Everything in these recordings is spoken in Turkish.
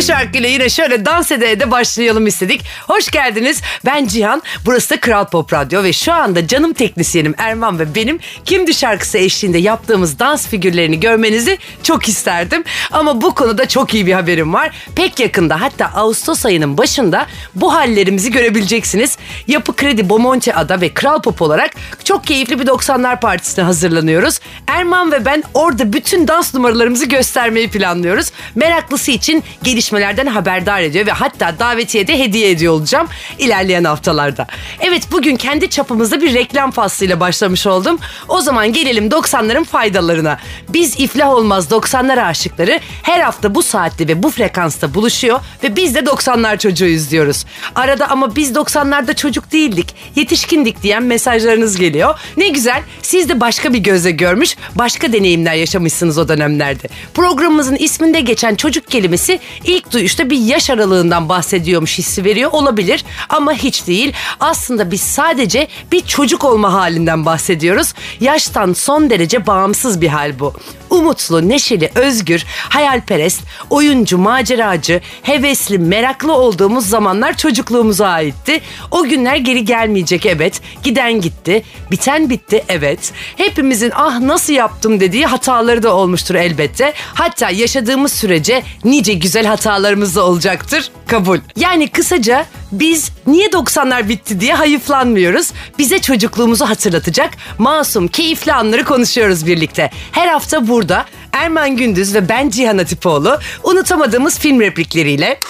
şarkıyla yine şöyle dans ede başlayalım istedik. Hoş geldiniz. Ben Cihan. Burası da Kral Pop Radyo ve şu anda canım teknisyenim Erman ve benim Kimdi şarkısı eşliğinde yaptığımız dans figürlerini görmenizi çok isterdim. Ama bu konuda çok iyi bir haberim var. Pek yakında, hatta Ağustos ayının başında bu hallerimizi görebileceksiniz. Yapı Kredi Bomonti Ada ve Kral Pop olarak çok keyifli bir 90'lar partisine hazırlanıyoruz. Erman ve ben orada bütün dans numaralarımızı göstermeyi planlıyoruz. Meraklısı için gelişmelerden haberdar ediyor ve hatta davetiye de hediye ediyor olacağım ilerleyen haftalarda. Evet, bugün kendi çapımızda bir reklam faslıyla başlamış oldum. O zaman gelelim 90'ların faydalarına. Biz iflah olmaz 90'lar aşıkları her hafta bu saatte ve bu frekansta buluşuyor ve biz de 90'lar çocuğuyuz diyoruz. Arada ama biz 90'larda çocuk değildik, yetişkindik diyen mesajlarınız geliyor. Ne güzel, siz de başka bir gözle görmüş, başka deneyimler yaşamışsınız o dönemlerde. Programımızın isminde geçen çocuk kelimesi ilk duyuşta bir yaş aralığından bahsediyormuş hissi veriyor olabilir ama hiç değil. Aslında biz sadece bir çocuk olma halinden bahsediyoruz. Yaştan son derece bağımsız bir hal bu. Umutlu, neşeli, özgür, hayalperest, oyuncu, maceracı, hevesli, meraklı olduğumuz zamanlar çocukluğumuza aitti. O günler geri gelmeyecek, evet. Giden gitti, biten bitti, evet. Hepimizin ah nasıl yaptım dediği hataları da olmuştur elbette. Hatta yaşadığımız sürece nice güzel hatalarımız da olacaktır. Kabul. Yani kısaca biz niye 90'lar bitti diye hayıflanmıyoruz. Bize çocukluğumuzu hatırlatacak masum, keyifli anları konuşuyoruz birlikte. Her hafta burada Erman Gündüz ve ben Cihan Atipoğlu unutamadığımız film replikleriyle...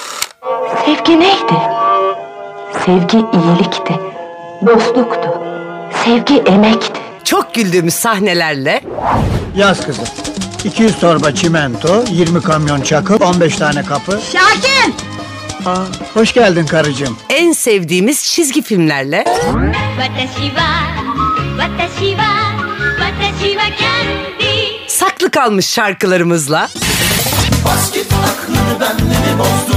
Sevgi neydi? Sevgi iyilikti, dostluktu, sevgi emekti. Çok güldüğümüz sahnelerle... Yaz kızım. 200 torba çimento, 20 kamyon çakıl, 15 tane kapı. Şakir! Hoş geldin karıcığım. En sevdiğimiz çizgi filmlerle... saklı kalmış şarkılarımızla... Basket aklını benleri bozdun.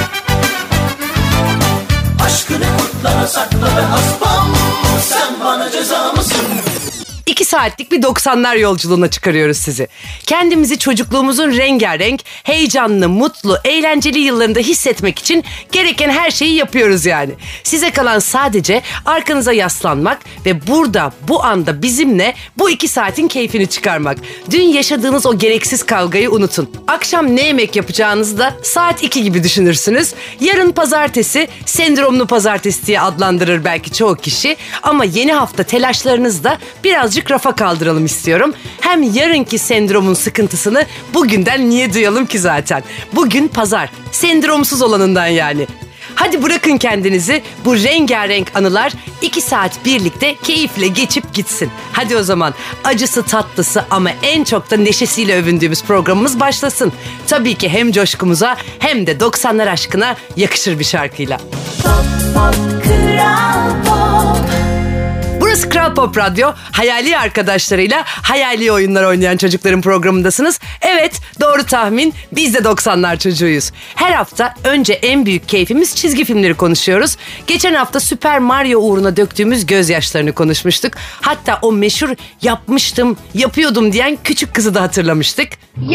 Aşkını kurtlara sakla ve haspam. Sen bana ceza mısın? 2 saatlik bir 90'lar yolculuğuna çıkarıyoruz sizi. Kendimizi çocukluğumuzun rengarenk, heyecanlı, mutlu, eğlenceli yıllarında hissetmek için gereken her şeyi yapıyoruz yani. Size kalan sadece arkanıza yaslanmak ve burada, bu anda bizimle bu 2 saatin keyfini çıkarmak. Dün yaşadığınız o gereksiz kavgayı unutun. Akşam ne yemek yapacağınızı da saat 2 gibi düşünürsünüz. Yarın pazartesi, sendromlu pazartesi diye adlandırır belki çoğu kişi. Ama yeni hafta telaşlarınızı da birazcık rafa kaldıralım istiyorum. Hem yarınki sendromun sıkıntısını bugünden niye duyalım ki zaten? Bugün pazar, sendromsuz olanından yani. Hadi bırakın kendinizi, bu rengarenk anılar 2 saat birlikte keyifle geçip gitsin. Hadi o zaman acısı tatlısı ama en çok da neşesiyle övündüğümüz programımız başlasın. Tabii ki hem coşkumuza hem de 90'lar aşkına yakışır bir şarkıyla. Pop pop Kral Pop. Burası Kral Pop Radyo, hayali arkadaşlarıyla hayali oyunlar oynayan çocukların programındasınız. Evet, doğru tahmin, biz de 90'lar çocuğuyuz. Her hafta önce en büyük keyfimiz çizgi filmleri konuşuyoruz. Geçen hafta Super Mario uğruna döktüğümüz gözyaşlarını konuşmuştuk. Hatta o meşhur yapmıştım, yapıyordum diyen küçük kızı da hatırlamıştık.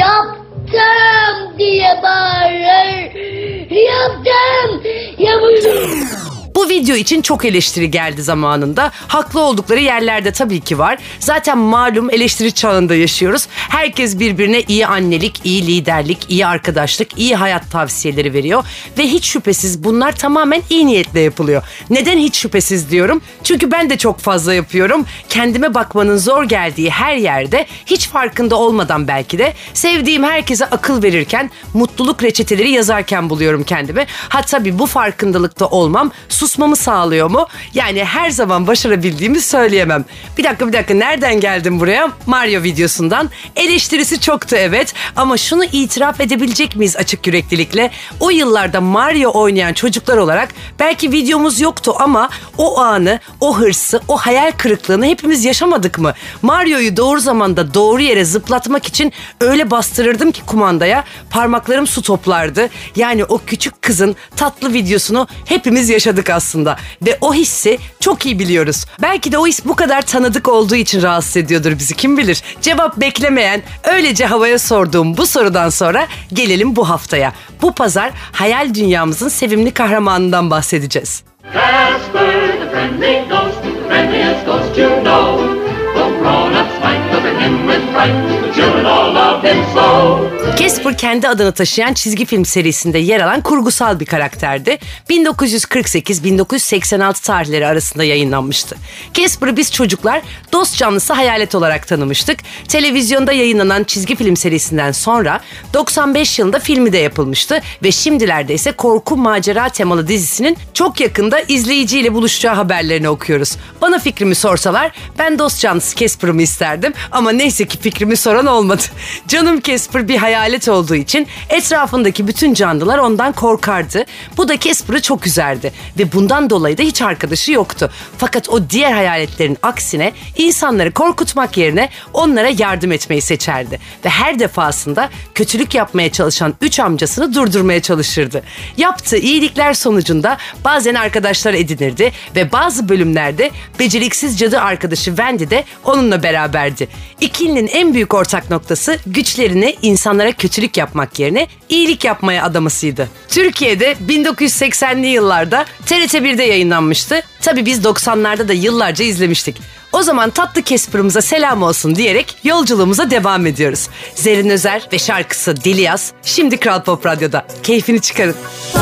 Yaptım diye bağırır. Yaptım. Yapıyorum. Bu video için çok eleştiri geldi zamanında. Haklı oldukları yerlerde tabii ki var. Zaten malum eleştiri çağında yaşıyoruz. Herkes birbirine iyi annelik, iyi liderlik, iyi arkadaşlık, iyi hayat tavsiyeleri veriyor. Ve hiç şüphesiz bunlar tamamen iyi niyetle yapılıyor. Neden hiç şüphesiz diyorum? Çünkü ben de çok fazla yapıyorum. Kendime bakmanın zor geldiği her yerde, hiç farkında olmadan belki de, sevdiğim herkese akıl verirken, mutluluk reçeteleri yazarken buluyorum kendimi. Ha tabii bu farkındalıkta olmam susmamı sağlıyor mu? Yani her zaman başarabildiğimi söyleyemem. Bir dakika nereden geldim buraya? Mario videosundan. Eleştirisi çoktu evet ama şunu itiraf edebilecek miyiz açık yüreklilikle? O yıllarda Mario oynayan çocuklar olarak belki videomuz yoktu ama o anı, o hırsı, o hayal kırıklığını hepimiz yaşamadık mı? Mario'yu doğru zamanda doğru yere zıplatmak için öyle bastırırdım ki kumandaya, parmaklarım su toplardı. Yani o küçük kızın tatlı videosunu hepimiz yaşadık aslında ve o hissi çok iyi biliyoruz. Belki de o his bu kadar tanıdık olduğu için rahatsız ediyordur bizi, kim bilir. Cevap beklemeyen, öylece havaya sorduğum bu sorudan sonra gelelim bu haftaya. Bu pazar hayal dünyamızın sevimli kahramanından bahsedeceğiz. Casper, the friendly ghost, the friendliest ghost you know. The grown-ups might look at him with fright, the children all love him so. Casper kendi adını taşıyan çizgi film serisinde yer alan kurgusal bir karakterdi. 1948-1986 tarihleri arasında yayınlanmıştı. Casper'ı biz çocuklar dost canlısı hayalet olarak tanımıştık. Televizyonda yayınlanan çizgi film serisinden sonra 95 yılında filmi de yapılmıştı ve şimdilerde ise korku macera temalı dizisinin çok yakında izleyiciyle buluşacağı haberlerini okuyoruz. Bana fikrimi sorsalar ben dost canlısı Casper'ımı isterdim ama neyse ki fikrimi soran olmadı. Canım Casper bir hayalet olduğu için etrafındaki bütün canlılar ondan korkardı. Bu da Casper'ı çok üzerdi ve bundan dolayı da hiç arkadaşı yoktu. Fakat o diğer hayaletlerin aksine insanları korkutmak yerine onlara yardım etmeyi seçerdi. Ve her defasında kötülük yapmaya çalışan 3 amcasını durdurmaya çalışırdı. Yaptığı iyilikler sonucunda bazen arkadaşlar edinirdi ve bazı bölümlerde beceriksiz cadı arkadaşı Wendy de onunla beraberdi. İkilinin en büyük ortak noktası güçlerini insanlara kötülük yapmak yerine iyilik yapmaya adamasıydı. Türkiye'de 1980'li yıllarda TRT1'de yayınlanmıştı. Tabii biz 90'larda da yıllarca izlemiştik. O zaman tatlı Casper'ımıza selam olsun diyerek yolculuğumuza devam ediyoruz. Zerrin Özer ve şarkısı Deli Yaz şimdi Kral Pop Radyo'da. Keyfini çıkarın.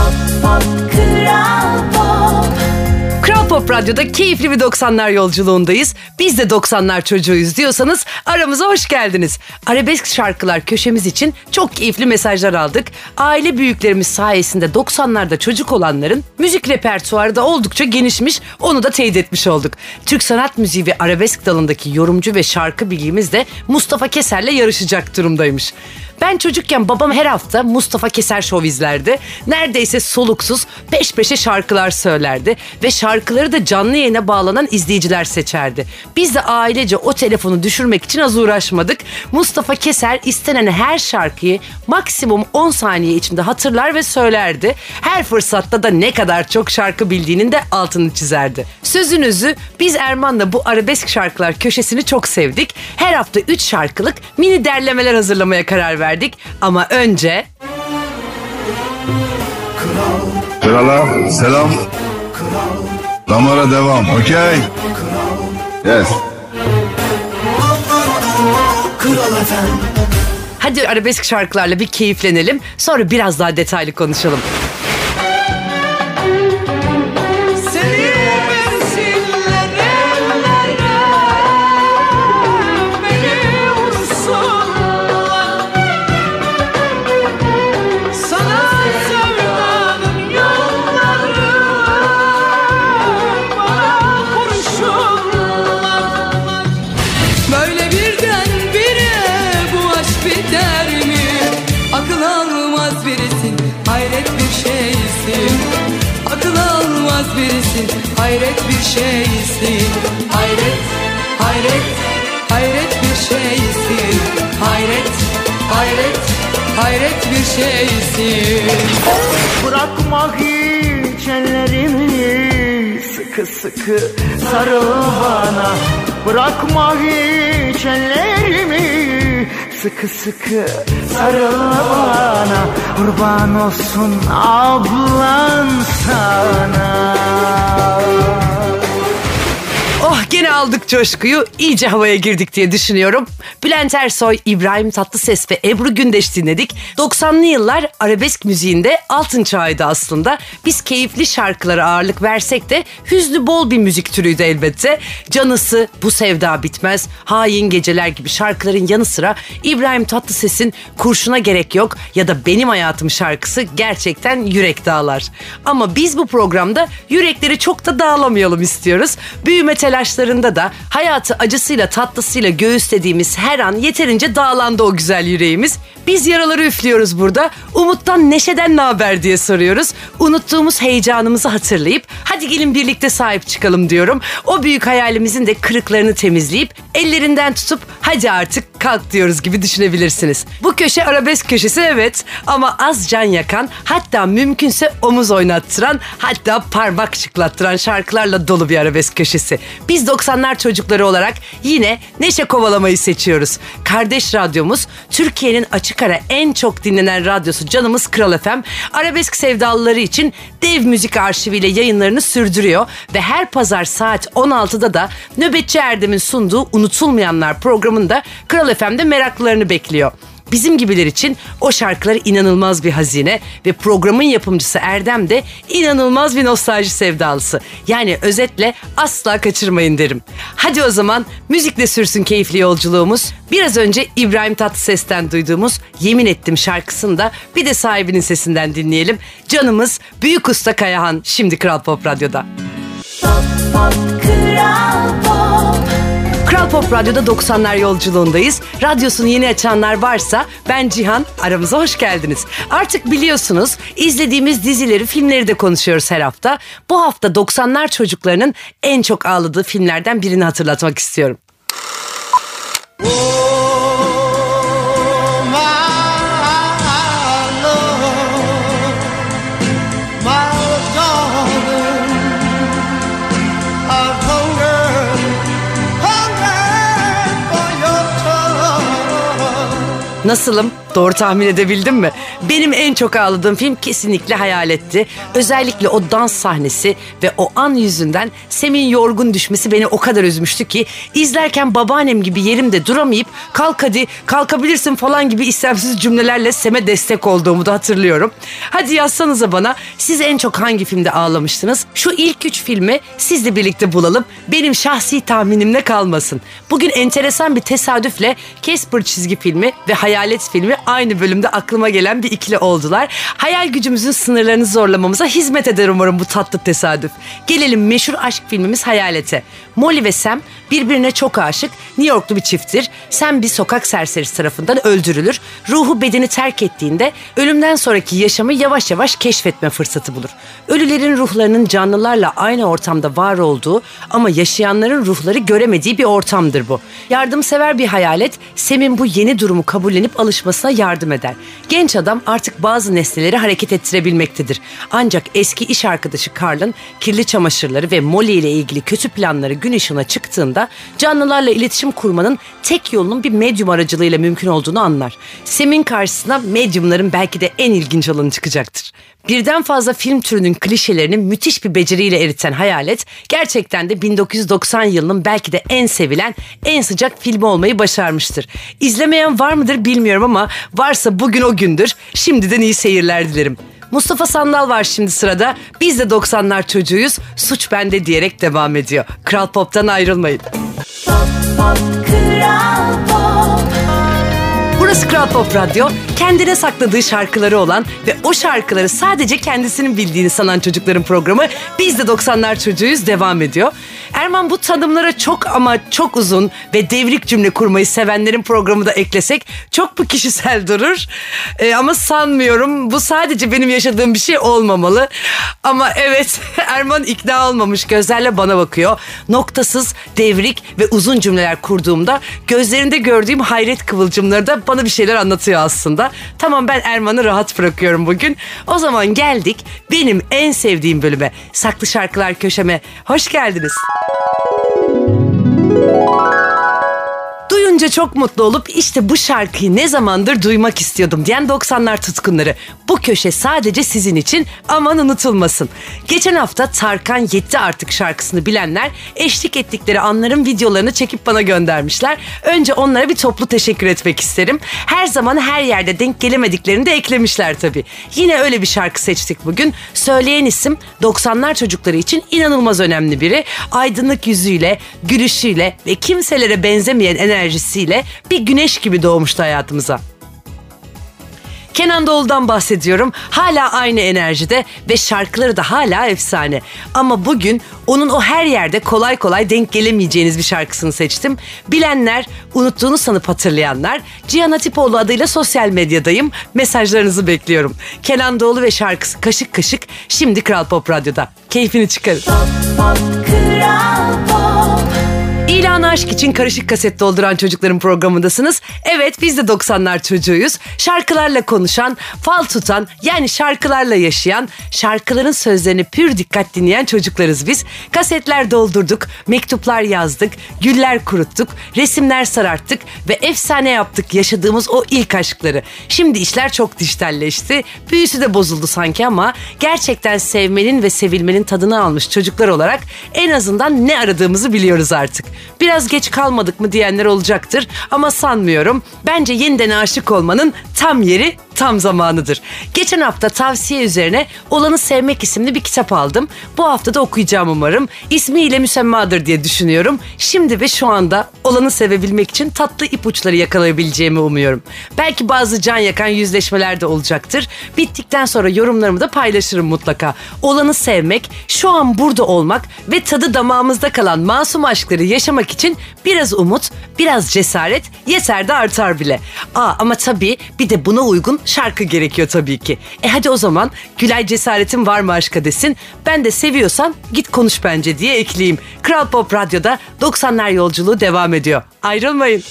Kral Pop Radyo'da keyifli bir 90'lar yolculuğundayız. Biz de 90'lar çocuğuyuz diyorsanız aramıza hoş geldiniz. Arabesk şarkılar köşemiz için çok keyifli mesajlar aldık. Aile büyüklerimiz sayesinde 90'larda çocuk olanların müzik repertuarı da oldukça genişmiş. Onu da teyit etmiş olduk. Türk sanat müziği ve arabesk dalındaki yorumcu ve şarkı bilgimiz de Mustafa Keser'le yarışacak durumdaymış. Ben çocukken babam her hafta Mustafa Keser Show izlerdi. Neredeyse soluksuz peş peşe şarkılar söylerdi ve şarkıları da canlı yayına bağlanan izleyiciler seçerdi. Biz de ailece o telefonu düşürmek için az uğraşmadık. Mustafa Keser istenen her şarkıyı maksimum 10 saniye içinde hatırlar ve söylerdi. Her fırsatta da ne kadar çok şarkı bildiğinin de altını çizerdi. Sözünüzü biz Erman'la bu arabesk şarkılar köşesini çok sevdik. Her hafta 3 şarkılık mini derlemeler hazırlamaya karar verdik. Ama önce... Krala selam. Damara devam, okey? Yes. Hadi arabesk şarkılarla bir keyiflenelim. Sonra biraz daha detaylı konuşalım. Hayret bir şeysin, hayret, hayret, hayret bir şeysin, hayret, hayret, hayret bir şeysin. Bırakma hiç ellerimi, sıkı sıkı sarıl bana. Bırakma hiç ellerimi, sıkı sıkı sarıl bana. Kurban olsun ablan sana. Oh, gene aldık coşkuyu, iyice havaya girdik diye düşünüyorum. Bülent Ersoy, İbrahim Tatlıses ve Ebru Gündeş dinledik. 90'lı yıllar arabesk müziğinde altın çağıydı aslında. Biz keyifli şarkılara ağırlık versek de hüznü bol bir müzik türüydü elbette. Canısı, Bu Sevda Bitmez, Hain Geceler gibi şarkıların yanı sıra İbrahim Tatlıses'in Kurşuna Gerek Yok ya da Benim Hayatım şarkısı gerçekten yürek dağlar. Ama biz bu programda yürekleri çok da dağlamayalım istiyoruz. Büyüme telaşları şarkılarında da hayatı acısıyla tatlısıyla göğüslediğimiz her an yeterince dağlandı o güzel yüreğimiz. Biz yaraları üflüyoruz burada. Umuttan, neşeden ne haber diye soruyoruz. Unuttuğumuz heyecanımızı hatırlayıp hadi gelin birlikte sahip çıkalım diyorum. O büyük hayalimizin de kırıklarını temizleyip ellerinden tutup hadi artık kalk diyoruz gibi düşünebilirsiniz. Bu köşe arabesk köşesi evet, ama az can yakan, hatta mümkünse omuz oynattıran, hatta parmak şıklattıran şarkılarla dolu bir arabesk köşesi. Biz 90'lar çocukları olarak yine neşe kovalamayı seçiyoruz. Kardeş radyomuz, Türkiye'nin açık ara en çok dinlenen radyosu canımız Kral FM, arabesk sevdalıları için dev müzik arşiviyle yayınlarını sürdürüyor ve her pazar saat 16'da da Nöbetçi Erdem'in sunduğu Unutulmayanlar programında Kral FM'de meraklılarını bekliyor. Bizim gibiler için o şarkılar inanılmaz bir hazine ve programın yapımcısı Erdem de inanılmaz bir nostalji sevdalısı. Yani özetle asla kaçırmayın derim. Hadi o zaman müzikle sürsün keyifli yolculuğumuz. Biraz önce İbrahim Tatlıses'ten duyduğumuz Yemin Ettim şarkısını da bir de sahibinin sesinden dinleyelim. Canımız Büyük Usta Kayahan şimdi Kral Pop Radyo'da. Pop, pop, Kral Pop. Kral Pop Radyo'da 90'lar yolculuğundayız. Radyosunu yeni açanlar varsa ben Cihan, aramıza hoş geldiniz. Artık biliyorsunuz izlediğimiz dizileri, filmleri de konuşuyoruz her hafta. Bu hafta 90'lar çocuklarının en çok ağladığı filmlerden birini hatırlatmak istiyorum. Nasılım? Doğru tahmin edebildim mi? Benim en çok ağladığım film kesinlikle Hayalet'ti. Özellikle o dans sahnesi ve o an yüzünden Semih'in yorgun düşmesi beni o kadar üzmüştü ki izlerken babaannem gibi yerimde duramayıp kalk hadi kalkabilirsin falan gibi istemsiz cümlelerle Sem'e destek olduğumu da hatırlıyorum. Hadi yazsanıza bana, siz en çok hangi filmde ağlamıştınız? Şu ilk 3 filmi sizle birlikte bulalım. Benim şahsi tahminimle kalmasın. Bugün enteresan bir tesadüfle Casper çizgi filmi ve Hayalet filmi aynı bölümde aklıma gelen bir ikili oldular. Hayal gücümüzün sınırlarını zorlamamıza hizmet eder umarım bu tatlı tesadüf. Gelelim meşhur aşk filmimiz Hayalet'e. Molly ve Sam birbirine çok aşık New Yorklu bir çifttir. Sam bir sokak serserisi tarafından öldürülür. Ruhu bedeni terk ettiğinde ölümden sonraki yaşamı yavaş yavaş keşfetme fırsatı bulur. Ölülerin ruhlarının canlılarla aynı ortamda var olduğu ama yaşayanların ruhları göremediği bir ortamdır bu. Yardımsever bir hayalet Sam'in bu yeni durumu kabullenip alışmasına yardım eder. Genç adam artık bazı nesneleri hareket ettirebilmektedir. Ancak eski iş arkadaşı Carl'ın kirli çamaşırları ve Molly ile ilgili kötü planları gün ışığına çıktığında canlılarla iletişim kurmanın tek yolunun bir medyum aracılığıyla mümkün olduğunu anlar. Sam'in karşısına medyumların belki de en ilginç olanı çıkacaktır. Birden fazla film türünün klişelerini müthiş bir beceriyle eriten Hayalet, gerçekten de 1990 yılının belki de en sevilen, en sıcak filmi olmayı başarmıştır. İzlemeyen var mıdır bilmiyorum ama varsa bugün o gündür. Şimdiden iyi seyirler dilerim. Mustafa Sandal var şimdi sırada. Biz de 90'lar çocuğuyuz. Suç bende diyerek devam ediyor. Kral Pop'tan ayrılmayın. Pop, pop, Kral Pop. Burası Kral Pop Radyo. Kendine sakladığı şarkıları olan ve o şarkıları sadece kendisinin bildiğini sanan çocukların programı Biz de 90'lar çocuğuyuz devam ediyor. Erman, bu tanımlara çok ama çok uzun ve devrik cümle kurmayı sevenlerin programı da eklesek çok mu kişisel durur? Ama sanmıyorum. Bu sadece benim yaşadığım bir şey olmamalı. Ama evet, Erman ikna olmamış gözlerle bana bakıyor. Noktasız, devrik ve uzun cümleler kurduğumda gözlerinde gördüğüm hayret kıvılcımları da bana bir şeyler anlatıyor aslında. Tamam, ben Erman'ı rahat bırakıyorum bugün. O zaman geldik benim en sevdiğim bölüme. Saklı Şarkılar köşeme. Hoş geldiniz. Duyunca çok mutlu olup işte bu şarkıyı ne zamandır duymak istiyordum diyen 90'lar tutkunları. Bu köşe sadece sizin için, aman unutulmasın. Geçen hafta Tarkan Yetti Artık şarkısını bilenler eşlik ettikleri anların videolarını çekip bana göndermişler. Önce onlara bir toplu teşekkür etmek isterim. Her zaman her yerde denk gelemediklerini de eklemişler tabii. Yine öyle bir şarkı seçtik bugün. Söyleyen isim 90'lar çocukları için inanılmaz önemli biri. Aydınlık yüzüyle, gülüşüyle ve kimselere benzemeyen enerjisiyle bir güneş gibi doğmuştu hayatımıza. Kenan Doğulu'dan bahsediyorum. Hala aynı enerjide ve şarkıları da hala efsane. Ama bugün onun o her yerde kolay kolay denk gelemeyeceğiniz bir şarkısını seçtim. Bilenler, unuttuğunu sanıp hatırlayanlar, Cihan Hatipoğlu adıyla sosyal medyadayım. Mesajlarınızı bekliyorum. Kenan Doğulu ve şarkısı Kaşık Kaşık şimdi Kral Pop Radyo'da. Keyfini çıkarın. İlan aşk için karışık kaset dolduran çocukların programındasınız. Evet, biz de 90'lar çocuğuyuz. Şarkılarla konuşan, fal tutan, yani şarkılarla yaşayan, şarkıların sözlerini pür dikkat dinleyen çocuklarız biz. Kasetler doldurduk, mektuplar yazdık, güller kuruttuk, resimler sararttık ve efsane yaptık yaşadığımız o ilk aşkları. Şimdi işler çok dijitalleşti. Büyüsü de bozuldu sanki ama gerçekten sevmenin ve sevilmenin tadını almış çocuklar olarak en azından ne aradığımızı biliyoruz artık. Biraz geç kalmadık mı diyenler olacaktır ama sanmıyorum. Bence yeniden aşık olmanın tam yeri, tam zamanıdır. Geçen hafta tavsiye üzerine Olanı Sevmek isimli bir kitap aldım. Bu hafta da okuyacağım umarım. İsmiyle müsemmadır diye düşünüyorum. Şimdi ve şu anda olanı sevebilmek için tatlı ipuçları yakalayabileceğimi umuyorum. Belki bazı can yakan yüzleşmeler de olacaktır. Bittikten sonra yorumlarımı da paylaşırım mutlaka. Olanı sevmek, şu an burada olmak ve tadı damağımızda kalan masum aşkları yaşamak için biraz umut, biraz cesaret yeter de artar bile. Ama tabii bir de buna uygun şarkı gerekiyor tabii ki. Hadi o zaman Gülay cesaretin var mı aşka desin. Ben de seviyorsan git konuş bence diye ekleyeyim. Kral Pop Radyo'da 90'lar yolculuğu devam ediyor. Ayrılmayın.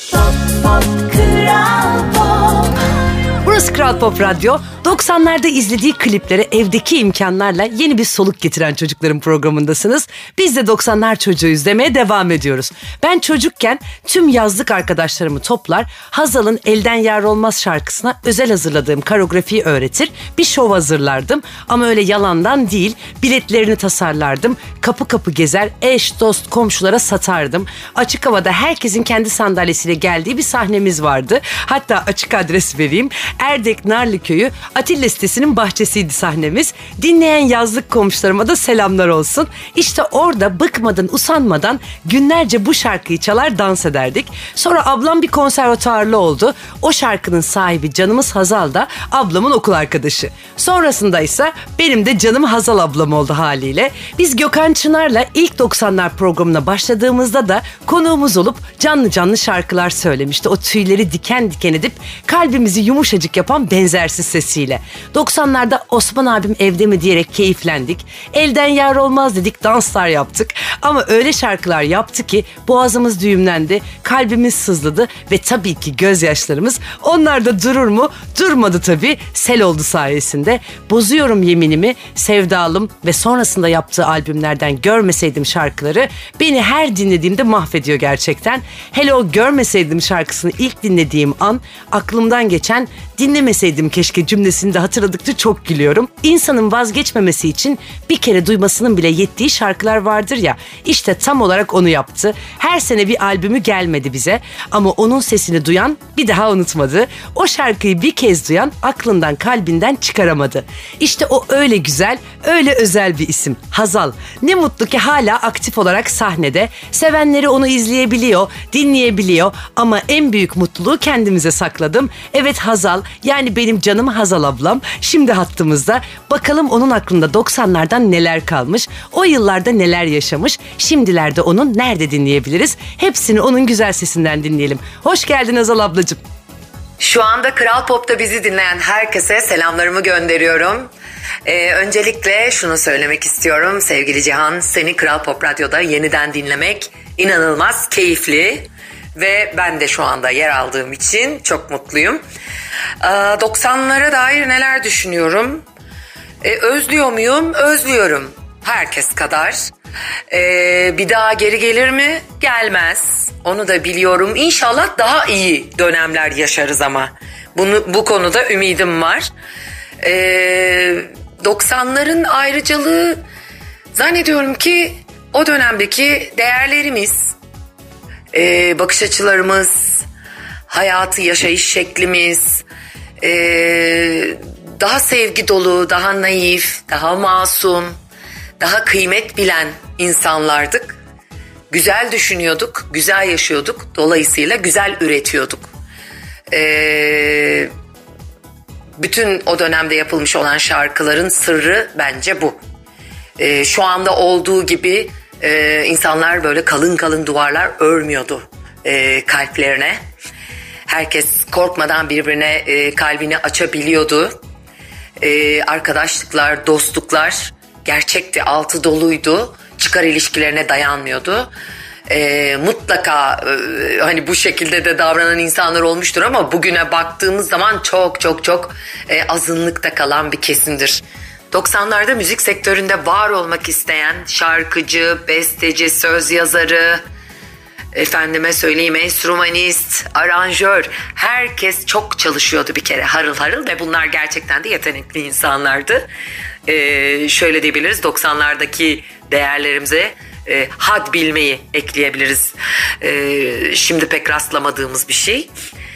Burası Kral Pop Radyo. 90'larda izlediği kliplere evdeki imkanlarla yeni bir soluk getiren çocukların programındasınız. Biz de 90'lar çocuğuyuz demeye devam ediyoruz. Ben çocukken tüm yazlık arkadaşlarımı toplar, Hazal'ın Elden Yar Olmaz şarkısına özel hazırladığım koreografiyi öğretir, bir şov hazırlardım. Ama öyle yalandan değil, biletlerini tasarlardım, kapı kapı gezer, eş, dost, komşulara satardım. Açık havada herkesin kendi sandalyesiyle geldiği bir sahnemiz vardı. Hatta açık adres vereyim. Erdek Narlıköy'ü Atilla sitesinin bahçesiydi sahnemiz. Dinleyen yazlık komşularıma da selamlar olsun. İşte orada bıkmadan, usanmadan günlerce bu şarkıyı çalar, dans ederdik. Sonra ablam bir konservatuarlı oldu. O şarkının sahibi canımız Hazal da ablamın okul arkadaşı. Sonrasında ise benim de canım Hazal ablam oldu haliyle. Biz Gökhan Çınar'la ilk 90'lar programına başladığımızda da konuğumuz olup canlı canlı şarkılar söylemişti. O tüyleri diken diken edip kalbimizi yumuşacık yapan benzersiz sesiyle. 90'larda Osman abim evde mi diyerek keyiflendik. Elden Yar Olmaz dedik, danslar yaptık. Ama öyle şarkılar yaptı ki boğazımız düğümlendi, kalbimiz sızladı ve tabii ki gözyaşlarımız. Onlar da durur mu? Durmadı tabii. Sel oldu sayesinde. Bozuyorum Yeminimi, Sevdalım ve sonrasında yaptığı albümlerden Görmeseydim şarkıları beni her dinlediğimde mahvediyor gerçekten. Hele o Görmeseydim şarkısını ilk dinlediğim an aklımdan geçen dinlemeseydim keşke cümlesini de hatırladıkça çok gülüyorum. İnsanın vazgeçmemesi için bir kere duymasının bile yettiği şarkılar vardır ya, işte tam olarak onu yaptı. Her sene bir albümü gelmedi bize ama onun sesini duyan bir daha unutmadı. O şarkıyı bir kez duyan aklından kalbinden çıkaramadı. İşte o öyle güzel, öyle özel bir isim, Hazal. Ne mutlu ki hala aktif olarak sahnede. Sevenleri onu izleyebiliyor, dinleyebiliyor ama en büyük mutluluğu kendimize sakladım. Evet, Hazal, yani benim canım Hazal ablam şimdi hattımızda. Bakalım onun aklında 90'lardan neler kalmış, o yıllarda neler yaşamış, şimdilerde onun nerede dinleyebiliriz? Hepsini onun güzel sesinden dinleyelim. Hoş geldin Hazal ablacığım. Şu anda Kral Pop'ta bizi dinleyen herkese selamlarımı gönderiyorum. Öncelikle şunu söylemek istiyorum sevgili Cihan, seni Kral Pop Radyo'da yeniden dinlemek inanılmaz keyifli ve ben de şu anda yer aldığım için çok mutluyum. 90'lara dair neler düşünüyorum? Özlüyor muyum? Özlüyorum. Herkes kadar. Bir daha geri gelir mi? Gelmez. Onu da biliyorum. İnşallah daha iyi dönemler yaşarız ama. Bu konuda ümidim var. 90'ların ayrıcalığı zannediyorum ki o dönemdeki değerlerimiz, bakış açılarımız, hayatı yaşayış şeklimiz, daha sevgi dolu, daha naif, daha masum, daha kıymet bilen insanlardık. Güzel düşünüyorduk, güzel yaşıyorduk. Dolayısıyla güzel üretiyorduk. bütün o dönemde yapılmış olan şarkıların sırrı bence bu. Şu anda olduğu gibi insanlar böyle kalın kalın duvarlar örmüyordu kalplerine. Herkes korkmadan birbirine kalbini açabiliyordu. Arkadaşlıklar, dostluklar gerçekti, altı doluydu. Çıkar ilişkilerine dayanmıyordu. Mutlaka hani bu şekilde de davranan insanlar olmuştur ama bugüne baktığımız zaman çok çok çok azınlıkta kalan bir kesimdir. 90'larda müzik sektöründe var olmak isteyen şarkıcı, besteci, söz yazarı, efendime söyleyeyim enstrümanist, aranjör, herkes çok çalışıyordu bir kere harıl harıl ve bunlar gerçekten de yetenekli insanlardı. Şöyle diyebiliriz, 90'lardaki değerlerimize had bilmeyi ekleyebiliriz. Şimdi pek rastlamadığımız bir şey.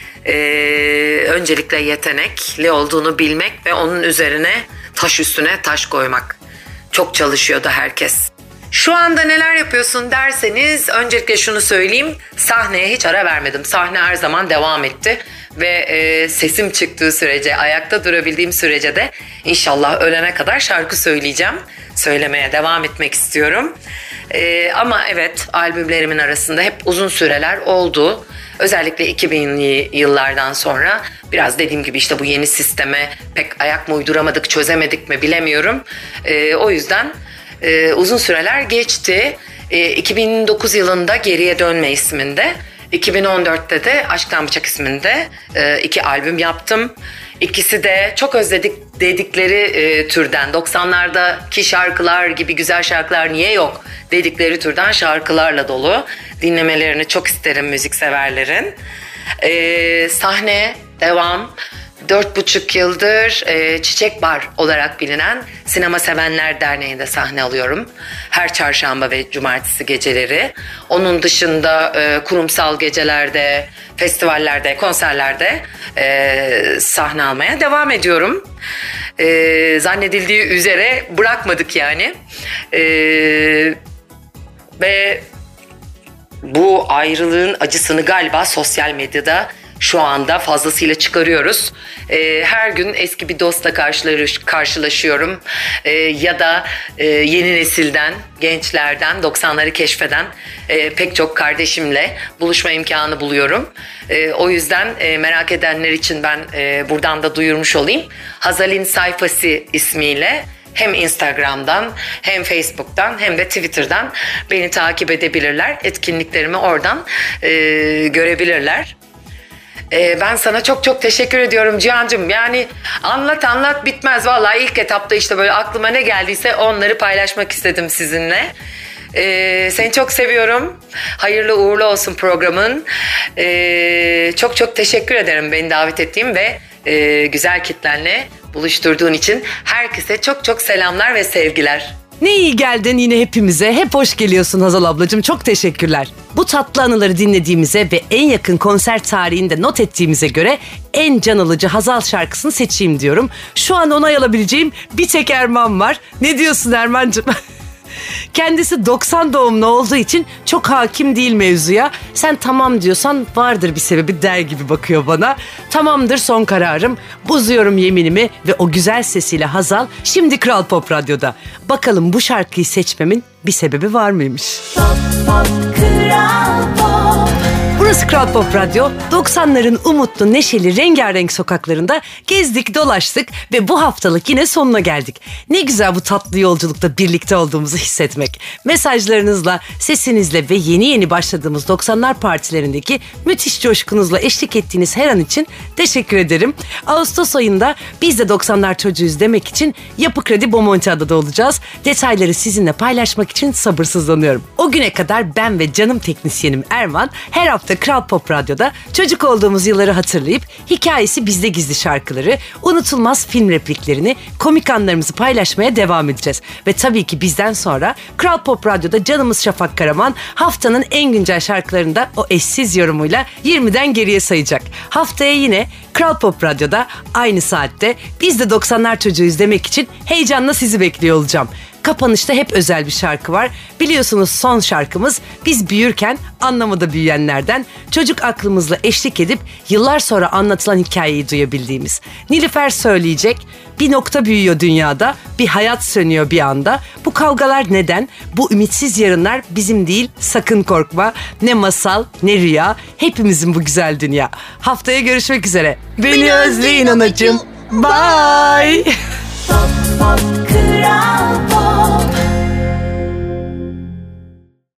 Öncelikle yetenekli olduğunu bilmek ve onun üzerine taş üstüne taş koymak. Çok çalışıyordu herkes. Şu anda neler yapıyorsun derseniz öncelikle şunu söyleyeyim. Sahneye hiç ara vermedim. Sahne her zaman devam etti. Ve sesim çıktığı sürece, ayakta durabildiğim sürece de inşallah ölene kadar şarkı söyleyeceğim. Söylemeye devam etmek istiyorum. Ama evet, albümlerimin arasında hep uzun süreler oldu. Özellikle 2000'li yıllardan sonra biraz dediğim gibi işte bu yeni sisteme pek ayak mı uyduramadık, çözemedik mi bilemiyorum. O yüzden uzun süreler geçti. 2009 yılında Geriye Dönme isminde, 2014'te de Aşktan Bıçak isminde 2 albüm yaptım. İkisi de çok özledik dedikleri türden, 90'lardaki şarkılar gibi güzel şarkılar niye yok dedikleri türden şarkılarla dolu. Dinlemelerini çok isterim müzikseverlerin. Sahne devam. 4,5 yıldır Çiçek Bar olarak bilinen Sinema Sevenler Derneği'nde sahne alıyorum. Her çarşamba ve cumartesi geceleri. Onun dışında kurumsal gecelerde, festivallerde, konserlerde sahne almaya devam ediyorum. Zannedildiği üzere bırakmadık yani. Ve bu ayrılığın acısını galiba sosyal medyada şu anda fazlasıyla çıkarıyoruz. Her gün eski bir dostla karşılaşıyorum. Ya da yeni nesilden, gençlerden, 90'ları keşfeden pek çok kardeşimle buluşma imkanı buluyorum. O yüzden merak edenler için ben buradan da duyurmuş olayım. Hazal'in sayfası ismiyle hem Instagram'dan hem Facebook'tan hem de Twitter'dan beni takip edebilirler. Etkinliklerimi oradan görebilirler. Ben sana çok çok teşekkür ediyorum Cihan'cığım. Yani anlat bitmez. Vallahi ilk etapta işte böyle aklıma ne geldiyse onları paylaşmak istedim sizinle. Seni çok seviyorum. Hayırlı uğurlu olsun programın. Çok çok teşekkür ederim beni davet ettiğin ve güzel kitlenle buluşturduğun için. Herkese çok çok selamlar ve sevgiler. Ne iyi geldin yine hepimize. Hep hoş geliyorsun Hazal ablacığım. Çok teşekkürler. Bu tatlı anıları dinlediğimize ve en yakın konser tarihinde not ettiğimize göre en can alıcı Hazal şarkısını seçeyim diyorum. Şu an onay alabileceğim bir tek Erman var. Ne diyorsun Erman'cığım? Kendisi 90 doğumlu olduğu için çok hakim değil mevzuya. Sen tamam diyorsan vardır bir sebebi der gibi bakıyor bana. Tamamdır son kararım. Bozuyorum yeminimi ve o güzel sesiyle Hazal şimdi Kral Pop Radyo'da. Bakalım bu şarkıyı seçmemin bir sebebi var mıymış? Pop pop Kral Pop. Burası Kral Pop Radyo. 90'ların umutlu, neşeli, rengarenk sokaklarında gezdik, dolaştık ve bu haftalık yine sonuna geldik. Ne güzel bu tatlı yolculukta birlikte olduğumuzu hissetmek. Mesajlarınızla, sesinizle ve yeni yeni başladığımız 90'lar partilerindeki müthiş coşkunuzla eşlik ettiğiniz her an için teşekkür ederim. Ağustos ayında biz de 90'lar çocuğuyuz demek için Yapı Kredi Bomontiada'da olacağız. Detayları sizinle paylaşmak için sabırsızlanıyorum. O güne kadar ben ve canım teknisyenim Erman her hafta Kral Pop Radyo'da çocuk olduğumuz yılları hatırlayıp hikayesi bizde gizli şarkıları, unutulmaz film repliklerini, komik anlarımızı paylaşmaya devam edeceğiz. Ve tabii ki bizden sonra Kral Pop Radyo'da canımız Şafak Karaman haftanın en güncel şarkılarını da o eşsiz yorumuyla 20'den geriye sayacak. Haftaya yine Kral Pop Radyo'da aynı saatte biz de 90'lar çocuğuyuz demek için heyecanla sizi bekliyor olacağım. Kapanışta hep özel bir şarkı var. Biliyorsunuz son şarkımız biz büyürken anlamada büyüyenlerden çocuk aklımızla eşlik edip yıllar sonra anlatılan hikayeyi duyabildiğimiz. Nilüfer söyleyecek. Bir nokta büyüyor dünyada, bir hayat sönüyor bir anda. Bu kavgalar neden? Bu ümitsiz yarınlar bizim değil, sakın korkma. Ne masal, ne rüya, hepimizin bu güzel dünya. Haftaya görüşmek üzere. Beni özleyin anacığım. Bye. Pop, pop, kral.